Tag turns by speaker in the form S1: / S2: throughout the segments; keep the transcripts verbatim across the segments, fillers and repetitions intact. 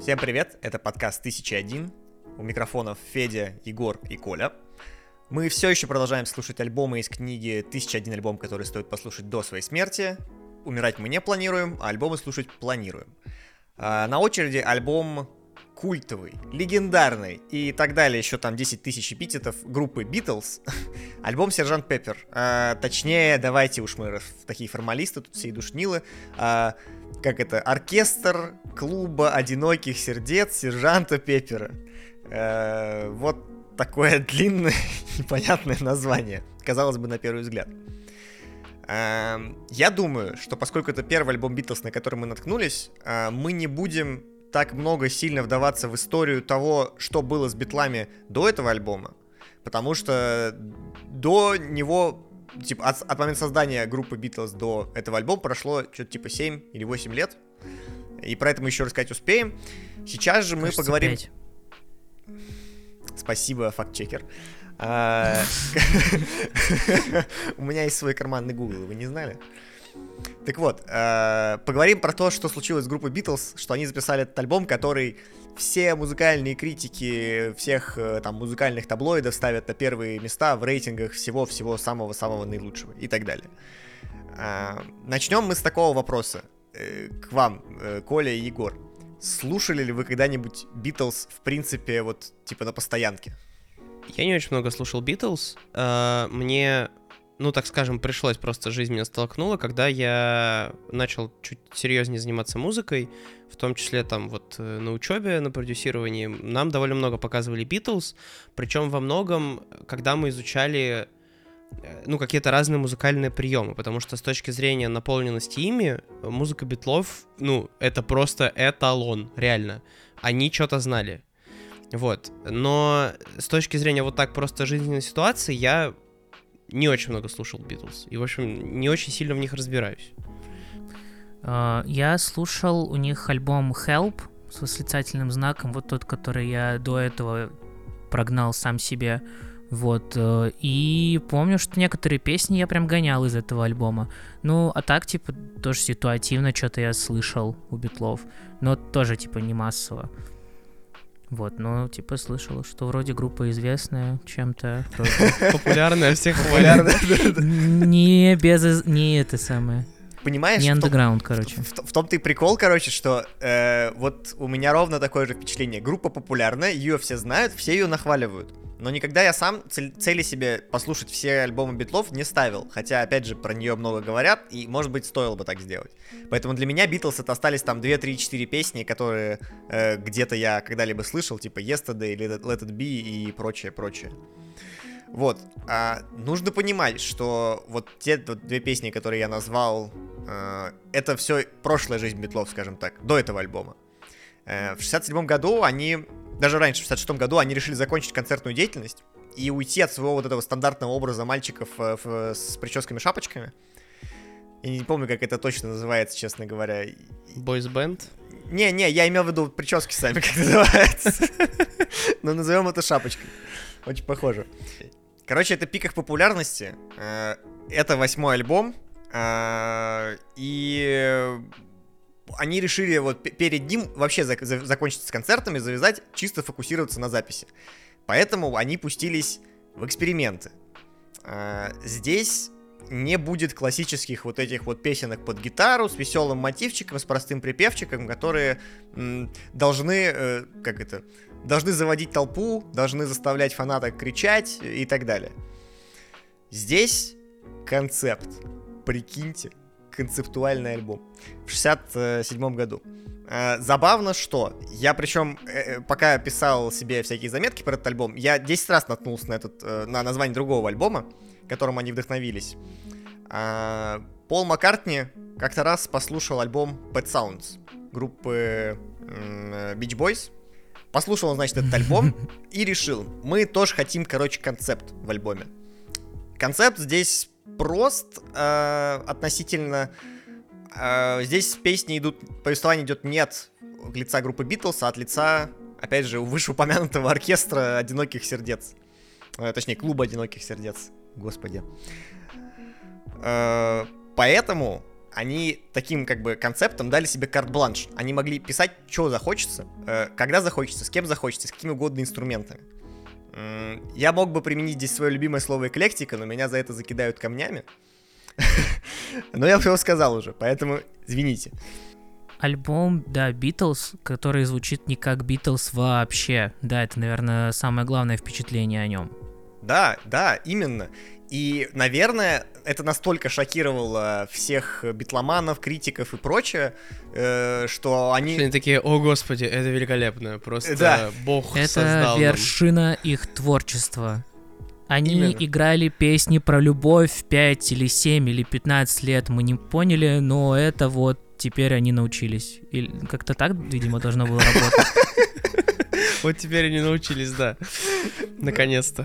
S1: Всем привет, это подкаст тысяча один. У микрофонов Федя, Егор и Коля. Мы все еще продолжаем слушать альбомы из книги «тысяча один альбом, который стоит послушать до своей смерти». Умирать мы не планируем, а альбомы слушать планируем. А на очереди альбом культовый, легендарный и так далее, еще там десять тысяч эпитетов группы Beatles. Альбом «Сержант Пеппер». А, точнее, давайте уж мы такие формалисты, тут все и душнилы. А, как это? Оркестр клуба одиноких сердец сержанта Пеппера. А, вот такое длинное, непонятное название. Казалось бы, на первый взгляд. А, я думаю, что поскольку это первый альбом Beatles, на который мы наткнулись, а, мы не будем так много сильно вдаваться в историю того, что было с Битлами до этого альбома, потому что до него, типа, от, от момента создания группы Beatles до этого альбома прошло что-то типа семь или восемь лет, и про это мы еще рассказать успеем. Сейчас же мы
S2: Кажется,
S1: поговорим...
S2: пять.
S1: Спасибо, факт-чекер. У меня есть свой карманный Google, вы не знали? Так вот, э, поговорим про то, что случилось с группой Beatles, что они записали этот альбом, который все музыкальные критики всех э, там музыкальных таблоидов ставят на первые места в рейтингах всего-всего самого-самого наилучшего и так далее. Э, начнем мы с такого вопроса э, к вам, э, Коля и Егор. Слушали ли вы когда-нибудь Beatles, в принципе, вот типа на постоянке?
S3: Я не очень много слушал Beatles. Э, мне... Ну, так скажем, пришлось, просто жизнь меня столкнула, когда я начал чуть серьезнее заниматься музыкой, в том числе там вот на учебе, на продюсировании. Нам довольно много показывали Beatles, причем во многом, когда мы изучали, ну, какие-то разные музыкальные приемы, потому что с точки зрения наполненности ими, музыка Битлов, ну, это просто эталон, реально. Они что-то знали. Вот. Но с точки зрения вот так просто жизненной ситуации, я... не очень много слушал Beatles. И, в общем, не очень сильно в них разбираюсь.
S2: Uh, я слушал у них альбом Help с восклицательным знаком, вот тот, который я до этого прогнал сам себе. Вот. Uh, и помню, что некоторые песни я прям гонял из этого альбома. Ну, а так, типа, тоже ситуативно что-то я слышал у Битлов. Но тоже, типа, не массово. Вот, ну, типа, слышал, что вроде группа известная чем-то.
S3: Популярная, всех популярная.
S2: Не без... Не это самое.
S1: Понимаешь?
S2: Не андеграунд, короче.
S1: В, в, в том-то и прикол, короче, что э, вот у меня ровно такое же впечатление. Группа популярная, ее все знают, все ее нахваливают. Но никогда я сам цель, цели себе послушать все альбомы Битлов не ставил. Хотя, опять же, про нее много говорят, и, может быть, стоило бы так сделать. Поэтому для меня Битлз это остались там две, три, четыре песни, которые э, где-то я когда-либо слышал, типа Yesterday, Let It Be и прочее, прочее. Вот. А нужно понимать, что вот те вот две песни, которые я назвал, э, это все прошлая жизнь Битлов, скажем так, до этого альбома. Э, в шестьдесят седьмом году они... Даже раньше, в шестьдесят шестом году, они решили закончить концертную деятельность и уйти от своего вот этого стандартного образа мальчиков э, в, с прическами-шапочками. Я не помню, как это точно называется, честно говоря.
S3: Boys Band?
S1: Не-не, я имел в виду прически сами, как называется. Но назовем это шапочкой. Очень похоже. Короче, это пик их популярности. Это восьмой альбом. И... они решили вот перед ним вообще зак- за- закончить с концертами, завязать, чисто фокусироваться на записи. Поэтому они пустились в эксперименты. А, здесь не будет классических вот этих вот песенок под гитару с веселым мотивчиком, с простым припевчиком, которые м, должны, э, как это, должны заводить толпу, должны заставлять фанаток кричать и так далее. Здесь концепт. Прикиньте. Концептуальный альбом в шестьдесят седьмом году. Э, забавно, что я, причем, э, пока писал себе всякие заметки про этот альбом, я десять раз наткнулся на, этот, э, на название другого альбома, которым они вдохновились. Э, Пол Маккартни как-то раз послушал альбом Pet Sounds группы э, Beach Boys. Послушал он, значит, этот альбом и решил, мы тоже хотим, короче, концепт в альбоме. Концепт здесь прост э, относительно. Э, здесь песни идут, повествование идет не от лица группы Beatles, а от лица, опять же, вышеупомянутого оркестра одиноких сердец. Э, точнее, клуба одиноких сердец. Господи. Э, поэтому они таким как бы концептом дали себе карт-бланш. Они могли писать, что захочется, э, когда захочется, с кем захочется, с какими угодно инструментами. М- я мог бы применить здесь свое любимое слово эклектика, но меня за это закидают камнями. Но я все сказал уже, поэтому извините.
S2: Альбом, да, Beatles, который звучит не как Beatles вообще. Да, это, наверное, самое главное впечатление о нем.
S1: Да, да, именно. И, наверное, это настолько шокировало всех битломанов, критиков и прочее, э, что они...
S3: Они такие: о господи, это великолепно, просто
S1: Да.
S3: Бог
S2: Это
S3: создал нам.
S2: вершина их творчества. Они
S1: Именно.
S2: играли песни про любовь в пять или семь или пятнадцать лет, мы не поняли, но это вот теперь они научились. Или как-то так, видимо, должно было работать.
S3: Вот теперь они научились, да. Наконец-то.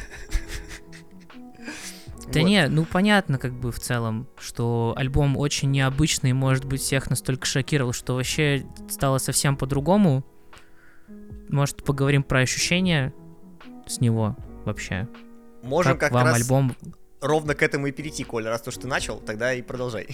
S2: Да
S1: Вот.
S2: не, ну понятно как бы в целом, что альбом очень необычный, может быть, всех настолько шокировал, что вообще стало совсем по-другому. Может, поговорим про ощущения с него вообще?
S1: Можем
S2: Как
S1: как,
S2: вам
S1: раз
S2: альбом?
S1: ровно к этому и перейти, Коля. Раз то, что ты начал, тогда и продолжай.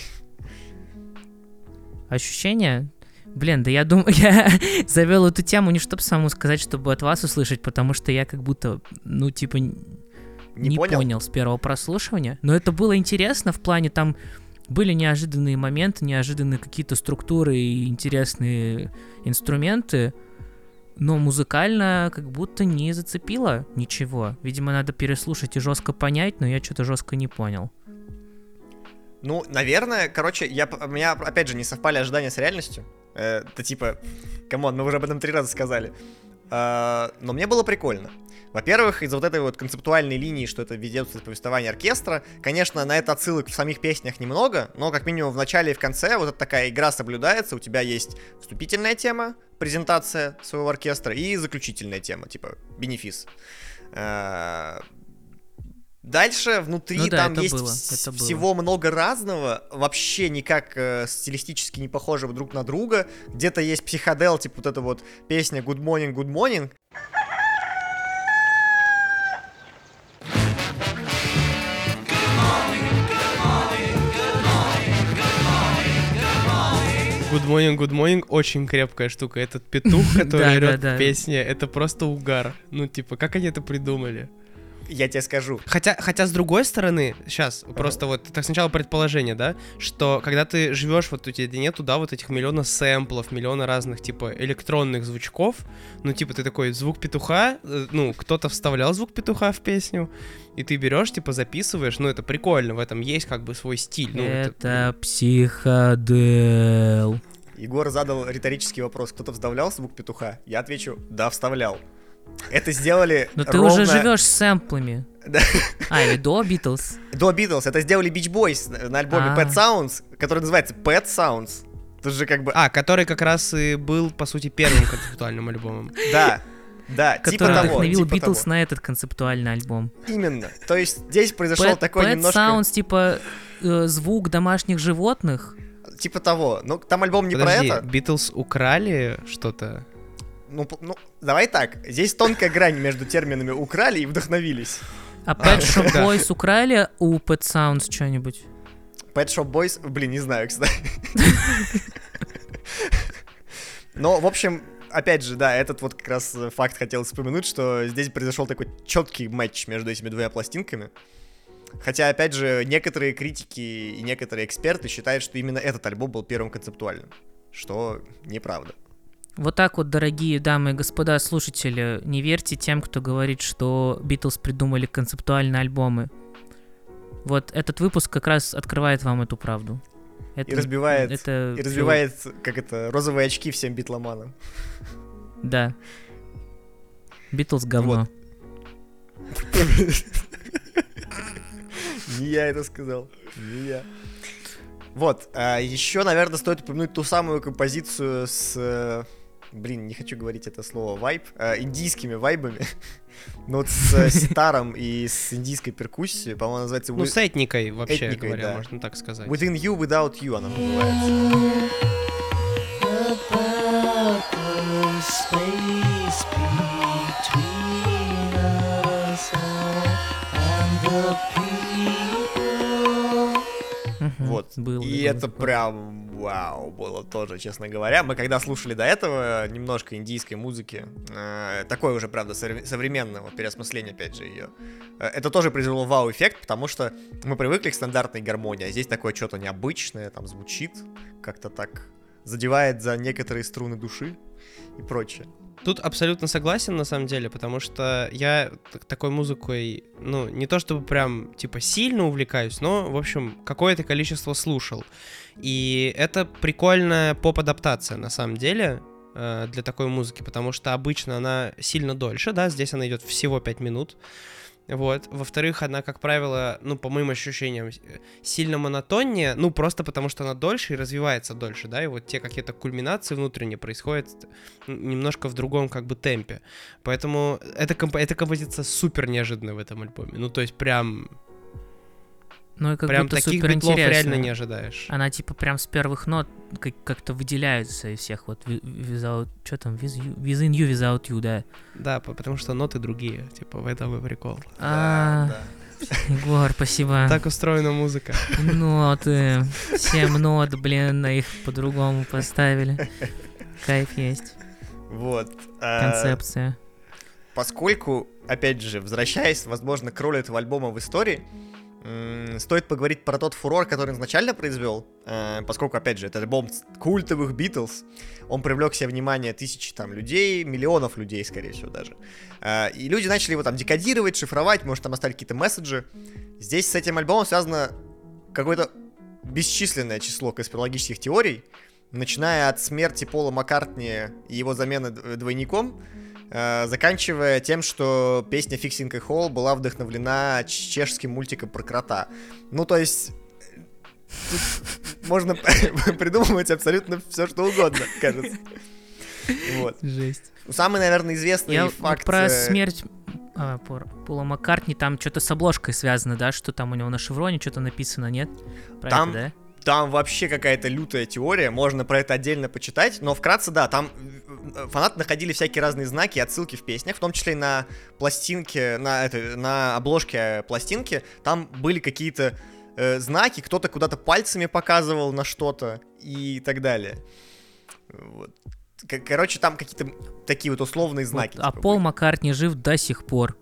S2: Ощущения? Блин, да я думаю, я завел эту тему не чтобы самому сказать, чтобы от вас услышать, потому что я как будто, ну, типа, н-
S1: Не
S2: не
S1: понял?
S2: понял с первого прослушивания. Но это было интересно в плане, там были неожиданные моменты, неожиданные какие-то структуры и интересные инструменты, но музыкально как будто не зацепило ничего. Видимо, надо переслушать и жестко понять, но я что-то жестко не понял.
S1: Ну, наверное, короче, я, п- у меня, опять же, не совпали ожидания с реальностью. Э, Это типа, камон, мы уже об этом три раза сказали. А, Но мне было прикольно. Во-первых, из-за вот этой вот концептуальной линии, что это ведется повествование оркестра, конечно, на это отсылок в самих песнях немного, но как минимум в начале и в конце вот эта такая игра соблюдается, у тебя есть вступительная тема, презентация своего оркестра, и заключительная тема, типа бенефис. А, Дальше внутри
S2: Ну да,
S1: там
S2: это
S1: есть
S2: было,
S1: вс-
S2: это было.
S1: всего много разного, вообще никак э, стилистически не похожего друг на друга. Где-то есть психодел, типа вот эта вот песня Good Morning, Good Morning.
S3: Good morning, good morning, очень крепкая штука. Этот петух,
S2: Да,
S3: который
S2: да,
S3: орёт
S2: да.
S3: в песне, это просто угар. Ну, типа, как они это придумали?
S1: Я тебе скажу.
S3: Хотя, хотя с другой стороны, сейчас, просто вот, так сначала предположение, да, что когда ты живешь, вот у тебя нету, да, вот этих миллиона сэмплов, миллиона разных, типа, электронных звучков, ну, типа, ты такой, звук петуха, э, ну, кто-то вставлял звук петуха в песню, и ты берешь, типа, записываешь, ну, это прикольно, в этом есть, как бы, свой стиль. Ну,
S2: Это психодел.
S1: Егор задал риторический вопрос. Кто-то вставлял звук петуха? Я отвечу, да, вставлял. Это сделали
S2: Но ты
S1: ровно...
S2: уже живешь с сэмплами.
S1: Да.
S2: А, или до Beatles.
S1: До Beatles. Это сделали Beach Boys на альбоме
S2: А.
S1: Pet Sounds, который называется Pet Sounds. Тут же как бы...
S3: А, который как раз и был, по сути, первым концептуальным альбомом.
S1: Да, да, типа
S2: Который
S1: того.
S2: вдохновил
S1: типа
S2: Beatles
S1: того.
S2: на этот концептуальный альбом.
S1: Именно. То есть здесь произошел
S2: Pet,
S1: такой
S2: Pet
S1: немножко...
S2: Sounds, типа, э, звук домашних животных.
S1: Типа того. Ну, там альбом не
S3: Подожди,
S1: про это.
S3: Beatles украли что-то?
S1: Ну, п- ну, давай так. Здесь тонкая грань между терминами «украли» и «вдохновились».
S2: А Pet Shop
S3: да.
S2: Boys украли у Pet Sounds что-нибудь?
S1: Pet Shop Boys, блин, не знаю, кстати. Но, в общем, опять же, да, этот вот как раз факт хотел вспомянуть, что здесь произошел такой четкий матч между этими двумя пластинками. Хотя, опять же, некоторые критики и некоторые эксперты считают, что именно этот альбом был первым концептуальным, что неправда.
S2: Вот так вот, дорогие дамы и господа слушатели, не верьте тем, кто говорит, что Beatles придумали концептуальные альбомы. Вот этот выпуск как раз открывает вам эту правду. Это,
S1: И разбивает,
S2: это
S1: и разбивает, как это, розовые очки всем битломанам.
S2: Да. Beatles говно.
S1: Не я это сказал, не я. Вот, а еще, наверное, стоит упомянуть ту самую композицию с... э, Блин, не хочу говорить это слово вайб, а, индийскими вайбами. Ну вот с э, ситаром и с индийской перкуссией, по-моему, называется...
S3: Ну,
S1: Wi-
S3: с этникой, вообще
S1: Этникой,
S3: говоря,
S1: да.
S3: можно так сказать.
S1: Within You, Without You она называется.
S2: Мгм.
S1: Вот.
S2: Был,
S1: и
S2: был
S1: это
S2: такой.
S1: прям вау было тоже, честно говоря. Мы когда слушали до этого немножко индийской музыки, э, такое уже, правда, совре- современного переосмысления, опять же, ее, э, это тоже произвело вау-эффект, потому что мы привыкли к стандартной гармонии, а здесь такое что-то необычное, там звучит, как-то так задевает за некоторые струны души и прочее.
S3: Тут абсолютно согласен, на самом деле, потому что я т- такой музыкой, ну, не то чтобы прям, типа, сильно увлекаюсь, но, в общем, какое-то количество слушал. И это прикольная поп-адаптация, на самом деле, э, для такой музыки, потому что обычно она сильно дольше, да, здесь она идет всего пять минут. Вот. Во-вторых, она, как правило, ну, по моим ощущениям, сильно монотоннее, ну, просто потому что она дольше и развивается дольше, да, и вот те какие-то кульминации внутренние происходят немножко в другом, как бы, темпе. Поэтому эта, комп- эта композиция супер неожиданная в этом альбоме. Ну, то есть прям,
S2: Ну и как
S3: прям
S2: будто
S3: таких
S2: супер
S3: битлов реально
S2: интересно.
S3: не ожидаешь.
S2: Она типа прям с первых нот как- как-то выделяется из всех вот ви- without, что там, with you, within you, without you, да.
S3: Да, по- потому что ноты другие, типа, в этом и прикол.
S2: А,
S1: Да,
S2: Егор, спасибо.
S3: Так устроена музыка.
S2: Ноты, семь нот, блин, на их по-другому поставили. Кайф есть,
S1: Вот. а,
S2: концепция.
S1: Поскольку, опять же, возвращаясь, возможно, к роли этого альбома в истории, м, стоит поговорить про тот фурор, который он изначально произвел, э, поскольку, опять же, это альбом культовых Битлз, он привлек к себе внимание тысячи там людей, миллионов людей, скорее всего, даже. Э, и люди начали его там декодировать, шифровать, может, там оставили какие-то месседжи. Здесь с этим альбомом связано какое-то бесчисленное число конспирологических теорий, начиная от смерти Пола Маккартни и его замены д- двойником, э, заканчивая тем, что песня Fixing a Hole была вдохновлена ч- чешским мультиком про крота. Ну, то есть, э, тут можно придумывать абсолютно все, что угодно, кажется. Вот.
S2: Жесть.
S1: Самый, наверное, известный
S2: Я вот
S1: факт...
S2: про
S1: э,
S2: смерть а, Пор- Пола Маккартни, там что-то с обложкой связано, да? Что там у него на шевроне что-то написано, нет? Про
S1: Там-
S2: это, да?
S1: Там вообще какая-то лютая теория, можно про это отдельно почитать, но вкратце, да, там э, фанаты находили всякие разные знаки и отсылки в песнях, в том числе и на пластинке, на, это, на обложке пластинки, там были какие-то э, знаки, кто-то куда-то пальцами показывал на что-то и так далее. Вот. К- Короче, там какие-то такие вот условные знаки.
S2: Вот, а
S1: типа
S2: Пол
S1: были.
S2: Маккартни жив до сих пор.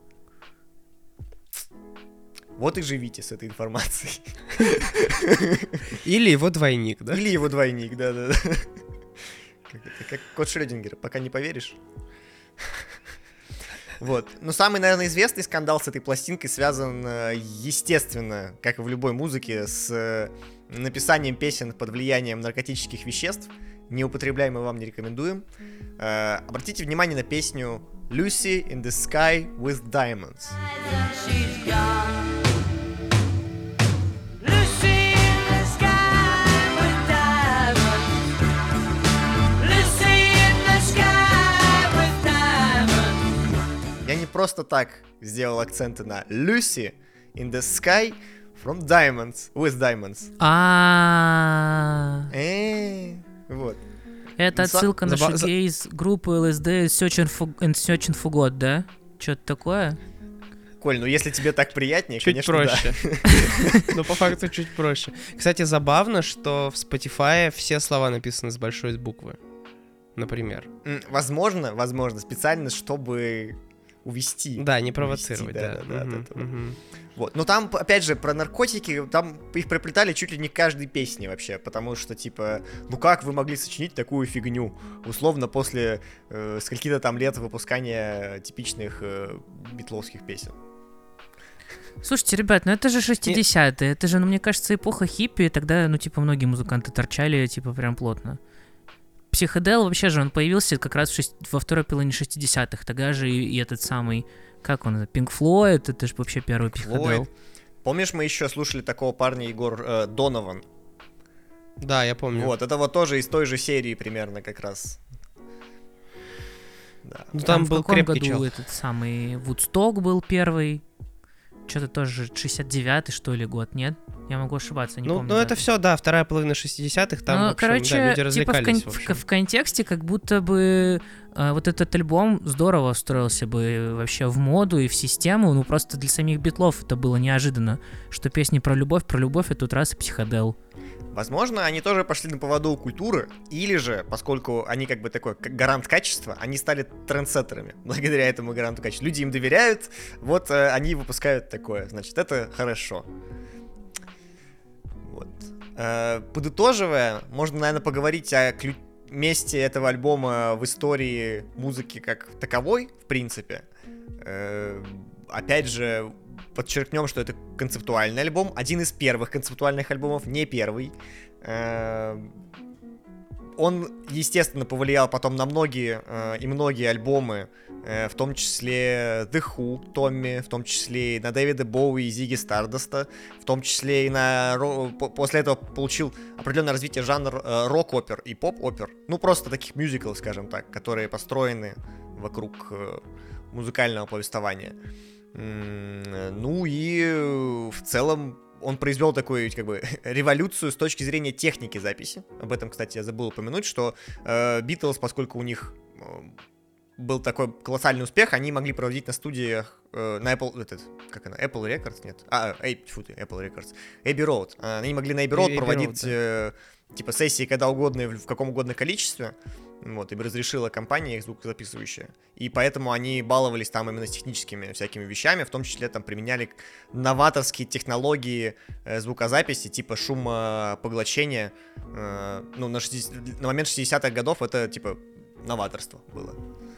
S1: Вот и живите с этой информацией.
S3: Или его двойник, да?
S1: Или его двойник, да-да-да. Как это, как кот Шрёдингера, пока не поверишь. Вот. Но самый, наверное, известный скандал с этой пластинкой связан, э, естественно, как и в любой музыке, с э, написанием песен под влиянием наркотических веществ. Не употребляем, мы вам не рекомендуем. Э, Обратите внимание на песню Lucy in the Sky with Diamonds.
S4: She's gone. Lucy in the sky with diamonds. Lucy in the sky with diamonds.
S1: Я не просто так сделал акценты на Lucy in the Sky from Diamonds, with Diamonds.
S2: А,
S1: Э, Вот.
S2: это
S1: Ну, са-
S2: отсылка на
S3: заба- за-
S2: шугейз группы эл эс ди Searching for, and Searching for God, да? Что-то такое?
S1: Коль, ну если тебе так приятнее,
S3: Чуть
S1: конечно, да.
S3: проще. Ну, по факту, чуть проще. Кстати, забавно, что в Spotify все слова написаны с большой буквы. Например.
S1: М, Возможно, возможно, специально, чтобы увести.
S3: Да, не провоцировать,
S1: да,
S3: да.
S1: да, да,
S3: Мгм,
S1: от этого.
S3: мгм.
S1: Вот. Но там, опять же, про наркотики, там их приплетали чуть ли не к каждой песне вообще, потому что, типа, ну как вы могли сочинить такую фигню? Условно, после э, скольки-то там лет выпускания типичных э, битловских песен.
S2: Слушайте, ребят, ну это же шестидесятые, это же, ну мне кажется, эпоха хиппи, и тогда, ну типа, многие музыканты торчали, типа, прям плотно. Психодел вообще же, он появился как раз в шесть- во второй половине шестидесятых, тогда же и, и этот самый, как он, Пинк Флойд, это же вообще первый психодел.
S1: Флойд. Помнишь, мы еще слушали такого парня, Егор, э, Донован?
S3: Да, я помню.
S1: Вот, это вот тоже из той же серии примерно как раз. Да.
S3: Ну,
S2: Там,
S3: там
S2: в
S3: был
S2: каком
S3: крепкий
S2: году
S3: чел.
S2: этот самый Вудсток был первый? Что-то тоже шестьдесят девятый, что ли, год, нет? Я могу ошибаться, не
S3: Ну,
S2: помню.
S3: ну это
S2: даты.
S3: все, да, вторая половина шестидесятых, там,
S2: Ну,
S3: в общем,
S2: короче,
S3: да, люди
S2: типа в,
S3: развлекались,
S2: кон-
S3: в
S2: в
S3: общем.
S2: в контексте как будто бы э, вот этот альбом здорово встроился бы вообще в моду и в систему, ну просто для самих Битлов это было неожиданно, что песни про любовь, про любовь, и тут раз и психодел.
S1: Возможно, они тоже пошли на поводу у культуры, или же, поскольку они как бы такой как гарант качества, они стали трендсеттерами благодаря этому гаранту качества. Люди им доверяют, вот э, они выпускают такое, значит, это хорошо. Вот. Э, подытоживая, можно, наверное, поговорить о клю- месте этого альбома в истории музыки как таковой, в принципе. Э, опять же, подчеркнем, что это концептуальный альбом, один из первых концептуальных альбомов, не первый. Э, он, естественно, повлиял потом на многие э, и многие альбомы, э, в том числе The Who, Томми, в том числе и на Дэвида Боуи и Зигги Стардаста, в том числе и на... ро- по- После этого получил определенное развитие жанр э, рок-опер и поп-опер. Ну, просто таких мюзиклов, скажем так, которые построены вокруг э, музыкального повествования. М, Ну и э, в целом он произвел такую, как бы, революцию с точки зрения техники записи. Об этом, кстати, я забыл упомянуть, что Битлз, поскольку у них э, был такой колоссальный успех, они могли проводить на студиях э, на Apple, этот, как она, Apple Records, нет, а, эй, фу ты, Apple Records, Abbey Road. Они могли на Abbey Road
S3: Abbey Road,
S1: проводить
S3: да.
S1: э, типа сессии когда угодно и в в каком угодно количестве. Вот, и разрешила компания их звукозаписывающая. И поэтому они баловались там именно с техническими всякими вещами, в том числе там применяли новаторские технологии э, звукозаписи, типа шумопоглощения. Э, ну, на, шестидесятых на момент шестидесятых годов это, типа, новаторство было.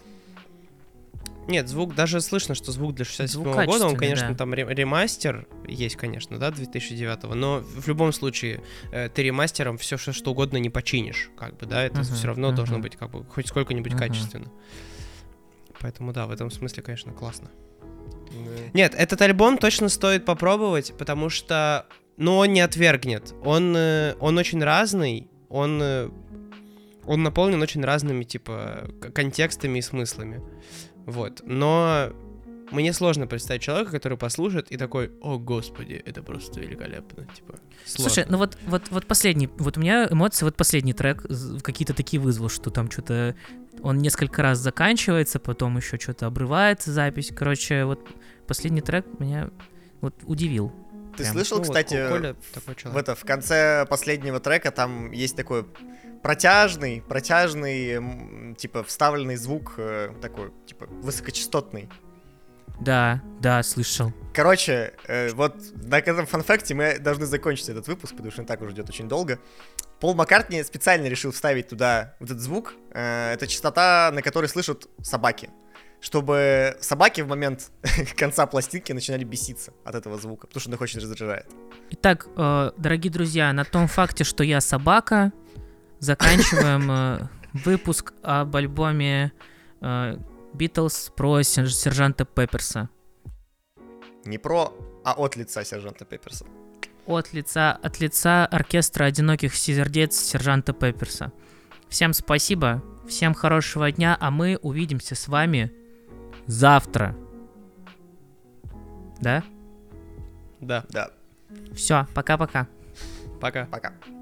S3: Нет, звук, даже слышно, что звук для шестьдесят седьмого
S2: Звук
S3: года, он,
S2: качественный,
S3: конечно,
S2: да.
S3: там ре- ремастер есть, конечно, да, две тысячи девятого, но в любом случае э, ты ремастером все что, что угодно не починишь, как бы, да, это
S2: Мгм,
S3: все равно должно
S2: мгм.
S3: быть как бы хоть сколько-нибудь
S2: Мгм.
S3: качественно. Поэтому да, в этом смысле, конечно, классно. Нет, этот альбом точно стоит попробовать, потому что, ну, он не отвергнет. Он, э, он очень разный, он, э, он наполнен очень разными, типа, к- контекстами и смыслами. Вот. Но мне сложно представить человека, который послушает и такой: о, господи, это просто великолепно. Типа, сложно.
S2: Слушай, ну вот, вот, вот последний, вот у меня эмоции, вот последний трек з- какие-то такие вызвал, что там что-то, он несколько раз заканчивается, потом еще что-то обрывается запись, короче, вот последний трек меня вот удивил.
S1: Ты
S2: Прям.
S1: слышал,
S3: Ну вот,
S1: кстати,
S3: Коля такой
S1: в,
S3: человек.
S1: это, в конце последнего трека там есть такой протяжный, протяжный, м, типа, вставленный звук, э, такой, типа, высокочастотный.
S2: Да, да, слышал.
S1: Короче, э, вот на этом фанфакте мы должны закончить этот выпуск, потому что он так уже идет очень долго. Пол Маккартни специально решил вставить туда вот этот звук. Э, это частота, на которой слышат собаки. Чтобы собаки в момент конца пластинки начинали беситься от этого звука, потому что он их очень раздражает.
S2: Итак, э, дорогие друзья, на том факте, что я собака, заканчиваем э, выпуск об альбоме Битлз про сер- сержанта Пепперса.
S1: Не про, а от лица сержанта Пепперса.
S2: От лица, от лица оркестра одиноких сердец сержанта Пепперса. Всем спасибо, всем хорошего дня, а мы увидимся с вами завтра. Да?
S3: Да,
S1: Да,
S2: Все, пока-пока.
S3: пока.
S1: пока.